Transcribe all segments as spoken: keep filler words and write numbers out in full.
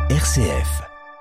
R C F.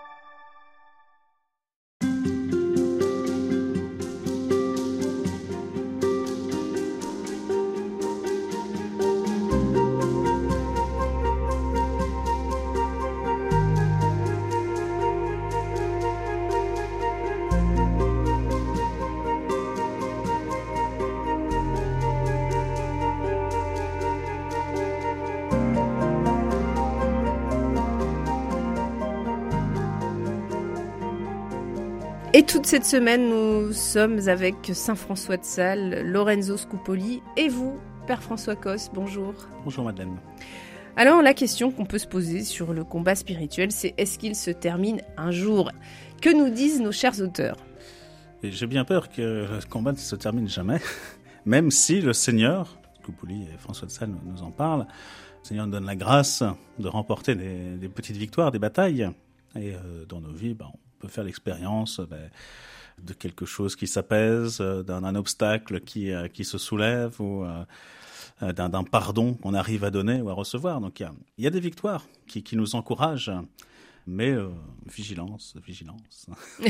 Et toute cette semaine, nous sommes avec Saint François de Sales, Lorenzo Scupoli et vous, Père François Cosse. Bonjour. Bonjour Madeleine. Alors la question qu'on peut se poser sur le combat spirituel, c'est est-ce qu'il se termine un jour ? Que nous disent nos chers auteurs ? Et j'ai bien peur que le combat ne se termine jamais, même si le Seigneur, Scupoli et François de Sales nous en parlent, le Seigneur nous donne la grâce de remporter des, des petites victoires, des batailles. Et euh, dans nos vies, ben, on peut faire l'expérience ben, de quelque chose qui s'apaise, d'un, d'un obstacle qui, euh, qui se soulève, ou euh, d'un, d'un pardon qu'on arrive à donner ou à recevoir. Donc il y a, y a des victoires qui, qui nous encouragent, mais euh, vigilance, vigilance.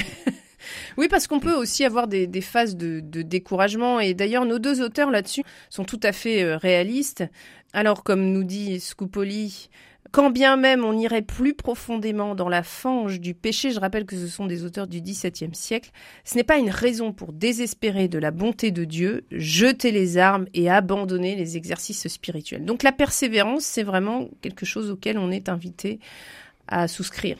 Oui, parce qu'on peut aussi avoir des, des phases de, de découragement. Et d'ailleurs, nos deux auteurs là-dessus sont tout à fait euh, réalistes. Alors, comme nous dit Scupoli, quand bien même on irait plus profondément dans la fange du péché, je rappelle que ce sont des auteurs du dix-septième siècle, ce n'est pas une raison pour désespérer de la bonté de Dieu, jeter les armes et abandonner les exercices spirituels. Donc la persévérance, c'est vraiment quelque chose auquel on est invité à souscrire.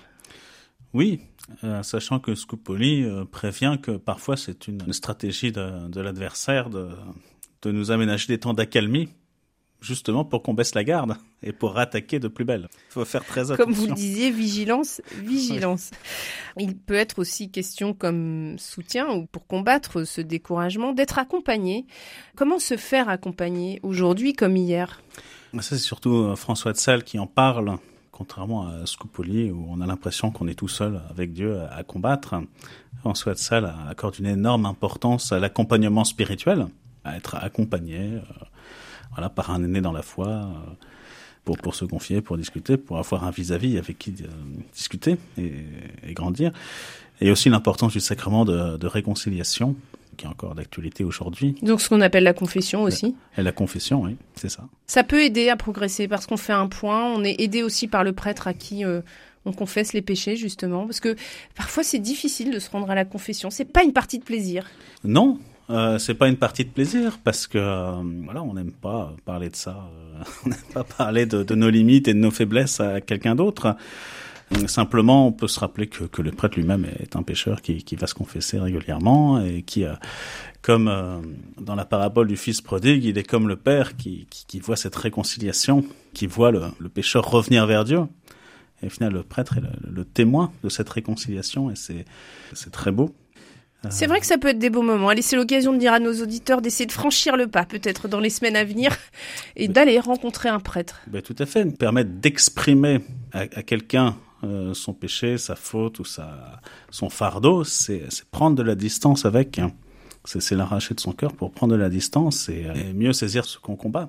Oui, euh, sachant que Scupoli euh, prévient que parfois c'est une stratégie de, de l'adversaire de, de nous aménager des temps d'accalmie, justement pour qu'on baisse la garde et pour rattaquer de plus belle. Il faut faire très attention. Comme vous le disiez, vigilance, vigilance. Oui. Il peut être aussi question comme soutien ou pour combattre ce découragement, d'être accompagné. Comment se faire accompagner aujourd'hui comme hier ? Ça, c'est surtout François de Sales qui en parle, contrairement à Scupoli où on a l'impression qu'on est tout seul avec Dieu à combattre. François de Sales accorde une énorme importance à l'accompagnement spirituel, à être accompagné euh, Voilà, par un aîné dans la foi, euh, pour, pour se confier, pour discuter, pour avoir un vis-à-vis avec qui euh, discuter et, et grandir. Et aussi l'importance du sacrement de, de réconciliation, qui est encore d'actualité aujourd'hui. Donc ce qu'on appelle la confession aussi. Et la confession, oui, c'est ça. Ça peut aider à progresser parce qu'on fait un point, on est aidé aussi par le prêtre à qui euh, on confesse les péchés justement, parce que parfois c'est difficile de se rendre à la confession, c'est pas une partie de plaisir. Non. Euh, c'est pas une partie de plaisir parce que euh, voilà, on n'aime pas parler de ça, euh, on n'aime pas parler de, de nos limites et de nos faiblesses à quelqu'un d'autre. Euh, simplement, on peut se rappeler que, que le prêtre lui-même est un pécheur qui, qui va se confesser régulièrement et qui, euh, comme euh, dans la parabole du fils prodigue, il est comme le père qui, qui, qui voit cette réconciliation, qui voit le, le pécheur revenir vers Dieu. Et au final, le prêtre est le, le témoin de cette réconciliation et c'est, c'est très beau. C'est vrai que ça peut être des beaux moments. Allez, c'est l'occasion de dire à nos auditeurs d'essayer de franchir le pas, peut-être dans les semaines à venir, et ben, d'aller rencontrer un prêtre. Ben, tout à fait. Permettre d'exprimer à, à quelqu'un euh, son péché, sa faute ou sa, son fardeau, c'est, c'est prendre de la distance avec. Hein. C'est, c'est l'arracher de son cœur pour prendre de la distance et, et mieux saisir ce qu'on combat.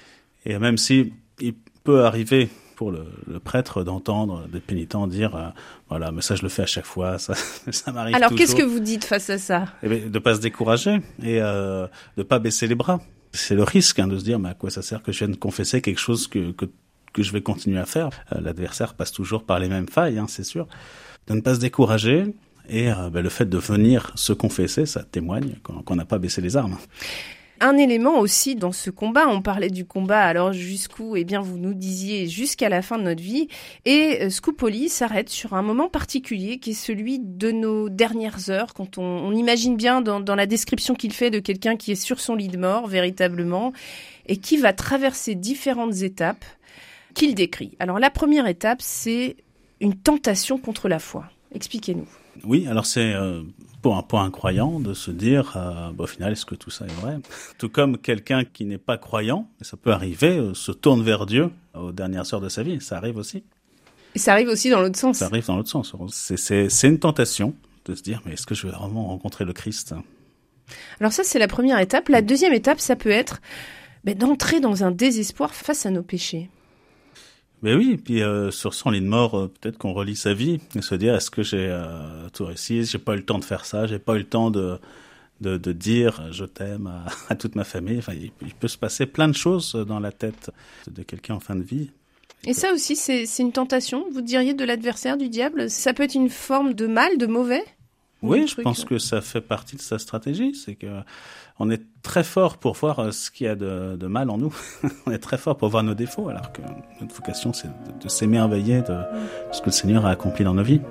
Et même si il peut arriver pour le, le prêtre d'entendre des pénitents dire euh, voilà, mais ça je le fais à chaque fois, ça, ça m'arrive Alors, toujours. qu'est-ce que vous dites face à ça ? Eh bien, de pas se décourager et euh, de pas baisser les bras. C'est le risque hein, de se dire mais à quoi ça sert que je vienne confesser quelque chose que que que je vais continuer à faire. Euh, l'adversaire passe toujours par les mêmes failles, hein, c'est sûr. De ne pas se décourager et euh, ben, le fait de venir se confesser, ça témoigne qu'on, qu'on n'a pas baissé les armes. Un élément aussi dans ce combat, on parlait du combat, alors jusqu'où ? Eh bien, vous nous disiez jusqu'à la fin de notre vie. Et Scupoli s'arrête sur un moment particulier qui est celui de nos dernières heures, quand on, on imagine bien dans, dans la description qu'il fait de quelqu'un qui est sur son lit de mort, véritablement, et qui va traverser différentes étapes qu'il décrit. Alors, la première étape, c'est une tentation contre la foi. Expliquez-nous. Oui, alors c'est euh, pour un, pour un croyant de se dire, euh, bah, au final, est-ce que tout ça est vrai ? Tout comme quelqu'un qui n'est pas croyant, et ça peut arriver, euh, se tourne vers Dieu aux dernières heures de sa vie, ça arrive aussi. Et ça arrive aussi dans l'autre sens. Ça arrive dans l'autre sens. C'est, c'est, c'est une tentation de se dire, mais est-ce que je vais vraiment rencontrer le Christ ? Alors ça, c'est la première étape. La deuxième étape, ça peut être ben, d'entrer dans un désespoir face à nos péchés. Ben oui, puis euh, sur son lit de mort, euh, peut-être qu'on relit sa vie et se dire, est-ce que j'ai euh, tout réussi, j'ai pas eu le temps de faire ça, j'ai pas eu le temps de de, de dire je t'aime à, à toute ma famille. Enfin, il, il peut se passer plein de choses dans la tête de quelqu'un en fin de vie. Et ça aussi, c'est, c'est une tentation, vous diriez, de l'adversaire, du diable? Ça peut être une forme de mal, de mauvais? Oui, je pense que ça fait partie de sa stratégie. C'est que on est très fort pour voir ce qu'il y a de, de mal en nous. On est très fort pour voir nos défauts, alors que notre vocation, c'est de, de s'émerveiller de ce que le Seigneur a accompli dans nos vies.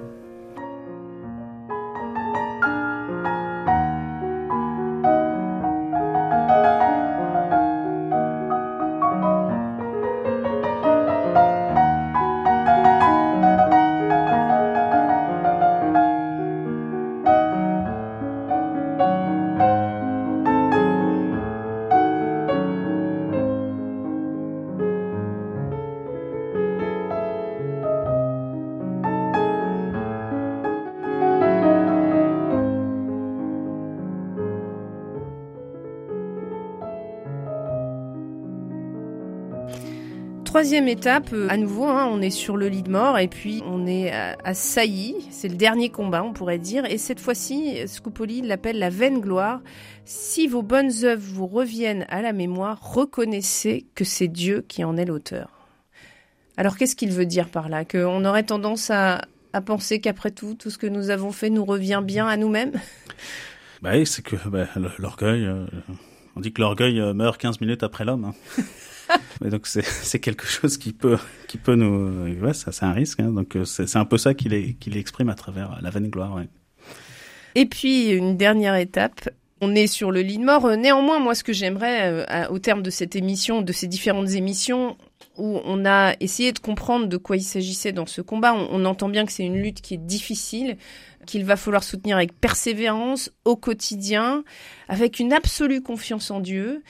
Troisième étape, à nouveau, hein, on est sur le lit de mort et puis on est à, à Sailly, c'est le dernier combat on pourrait dire, et cette fois-ci, Scupoli l'appelle la vaine gloire. Si vos bonnes œuvres vous reviennent à la mémoire, reconnaissez que c'est Dieu qui en est l'auteur. Alors qu'est-ce qu'il veut dire par là? Qu'on aurait tendance à, à penser qu'après tout, tout ce que nous avons fait nous revient bien à nous-mêmes? Bah oui, c'est que bah, l'orgueil, euh, on dit que l'orgueil meurt quinze minutes après l'homme. Hein. Et donc c'est, c'est quelque chose qui peut, qui peut nous, ouais, ça c'est un risque. Hein. Donc c'est, c'est un peu ça qu'il, est, qu'il exprime à travers la vaine gloire. Ouais. Et puis une dernière étape. On est sur le lit de mort. Néanmoins, moi, ce que j'aimerais, euh, au terme de cette émission, de ces différentes émissions, où on a essayé de comprendre de quoi il s'agissait dans ce combat, on, on entend bien que c'est une lutte qui est difficile, qu'il va falloir soutenir avec persévérance, au quotidien, avec une absolue confiance en Dieu.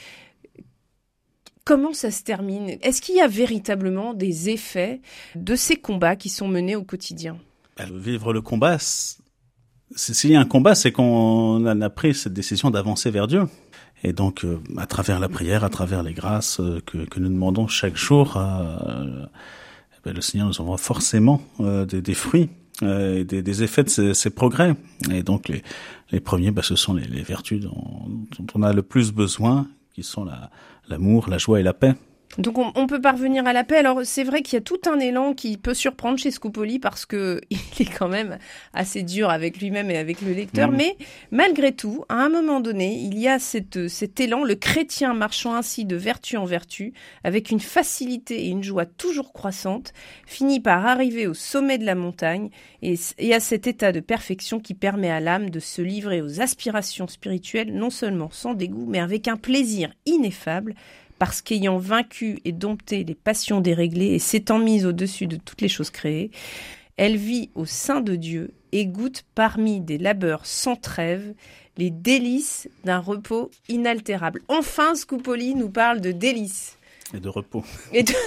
Comment ça se termine? Est-ce qu'il y a véritablement des effets de ces combats qui sont menés au quotidien? Vivre le combat, c'est, s'il y a un combat, c'est qu'on a pris cette décision d'avancer vers Dieu. Et donc, euh, à travers la prière, à travers les grâces euh, que, que nous demandons chaque jour, euh, ben, le Seigneur nous envoie forcément euh, des, des fruits, euh, des, des effets de ces, ces progrès. Et donc, les, les premiers, ben, ce sont les, les vertus dont, dont on a le plus besoin, qui sont la, l'amour, la joie et la paix. Donc on, on peut parvenir à la paix. Alors c'est vrai qu'il y a tout un élan qui peut surprendre chez Scupoli parce que il est quand même assez dur avec lui-même et avec le lecteur. Mmh. Mais malgré tout, à un moment donné, il y a cette, cet élan, le chrétien marchant ainsi de vertu en vertu, avec une facilité et une joie toujours croissante, finit par arriver au sommet de la montagne et, et à cet état de perfection qui permet à l'âme de se livrer aux aspirations spirituelles, non seulement sans dégoût, mais avec un plaisir ineffable, parce qu'ayant vaincu et dompté les passions déréglées et s'étant mise au-dessus de toutes les choses créées, elle vit au sein de Dieu et goûte parmi des labeurs sans trêve les délices d'un repos inaltérable. Enfin, Scupoli nous parle de délices. Et de repos. Et de,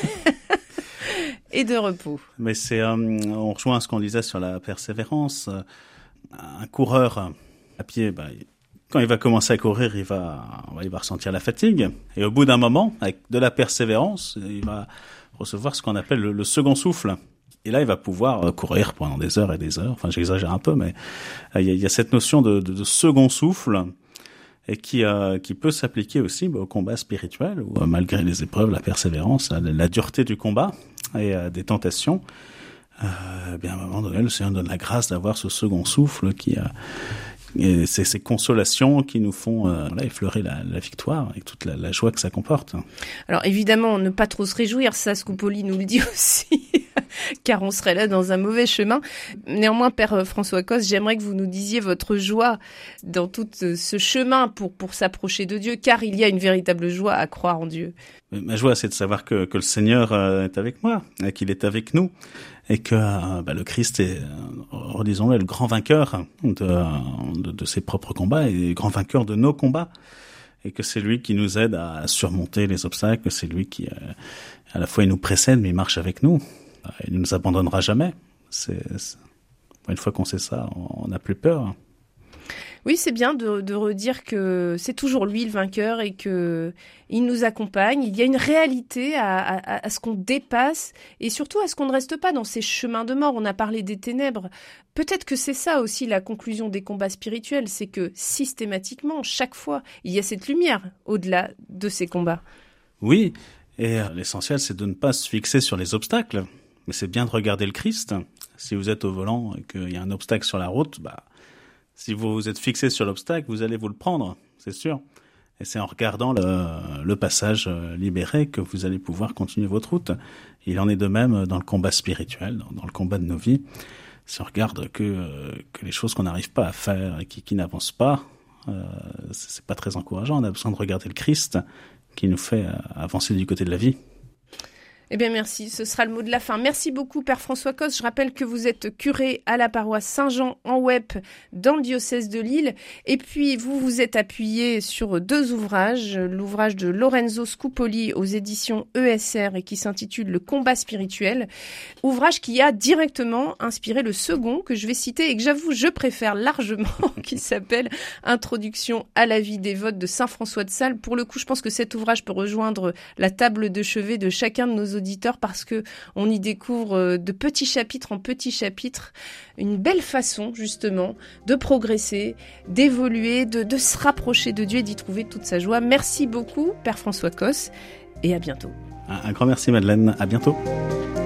et de repos. Mais c'est, euh, on rejoint ce qu'on disait sur la persévérance. Un coureur à pied, bah, quand il va commencer à courir, il va, il va ressentir la fatigue. Et au bout d'un moment, avec de la persévérance, il va recevoir ce qu'on appelle le, le second souffle. Et là, il va pouvoir courir pendant des heures et des heures. Enfin, j'exagère un peu, mais il y a, il y a cette notion de, de, de second souffle et qui, euh, qui peut s'appliquer aussi bah, au combat spirituel, où euh, malgré les épreuves, la persévérance, la, la dureté du combat et euh, des tentations, euh, bien, à un moment donné, le Seigneur donne la grâce d'avoir ce second souffle qui a... Et c'est ces consolations qui nous font euh, voilà, effleurer la, la victoire et toute la, la joie que ça comporte. Alors évidemment, ne pas trop se réjouir, ça Scupoli nous le dit aussi, car on serait là dans un mauvais chemin. Néanmoins, Père François Cosse, j'aimerais que vous nous disiez votre joie dans tout ce chemin pour, pour s'approcher de Dieu, car il y a une véritable joie à croire en Dieu. Ma joie, c'est de savoir que, que le Seigneur est avec moi, qu'il est avec nous. Et que bah, le Christ est, redisons-le, le grand vainqueur de, de, de ses propres combats et le grand vainqueur de nos combats. Et que c'est lui qui nous aide à surmonter les obstacles, c'est lui qui, à la fois, il nous précède, mais il marche avec nous. Il ne nous abandonnera jamais. C'est, c'est... Une fois qu'on sait ça, on n'a plus peur. Oui, c'est bien de, de redire que c'est toujours lui le vainqueur et que il nous accompagne. Il y a une réalité à, à, à ce qu'on dépasse et surtout à ce qu'on ne reste pas dans ces chemins de mort. On a parlé des ténèbres. Peut-être que c'est ça aussi la conclusion des combats spirituels, c'est que systématiquement, chaque fois, il y a cette lumière au-delà de ces combats. Oui, et l'essentiel, c'est de ne pas se fixer sur les obstacles, mais c'est bien de regarder le Christ. Si vous êtes au volant et qu'il y a un obstacle sur la route, bah, si vous êtes fixé sur l'obstacle, vous allez vous le prendre, c'est sûr. Et c'est en regardant le, le passage libéré que vous allez pouvoir continuer votre route. Il en est de même dans le combat spirituel, dans, dans le combat de nos vies. Si on regarde que, que les choses qu'on n'arrive pas à faire et qui, qui n'avancent pas, euh, c'est pas très encourageant. On a besoin de regarder le Christ qui nous fait avancer du côté de la vie. Eh bien, merci. Ce sera le mot de la fin. Merci beaucoup, Père François Cosse. Je rappelle que vous êtes curé à la paroisse Saint-Jean en Wep dans le diocèse de Lille. Et puis, vous vous êtes appuyé sur deux ouvrages. L'ouvrage de Lorenzo Scupoli aux éditions E S R et qui s'intitule Le combat spirituel. Ouvrage qui a directement inspiré le second que je vais citer et que j'avoue, je préfère largement, qui s'appelle Introduction à la vie dévote de Saint François de Sales. Pour le coup, je pense que cet ouvrage peut rejoindre la table de chevet de chacun de nos auditeurs parce que on y découvre de petits chapitres en petits chapitres une belle façon justement de progresser, d'évoluer, de, de se rapprocher de Dieu et d'y trouver toute sa joie. Merci beaucoup, Père François Cosse, et à bientôt. Un, un grand merci Madeleine, à bientôt.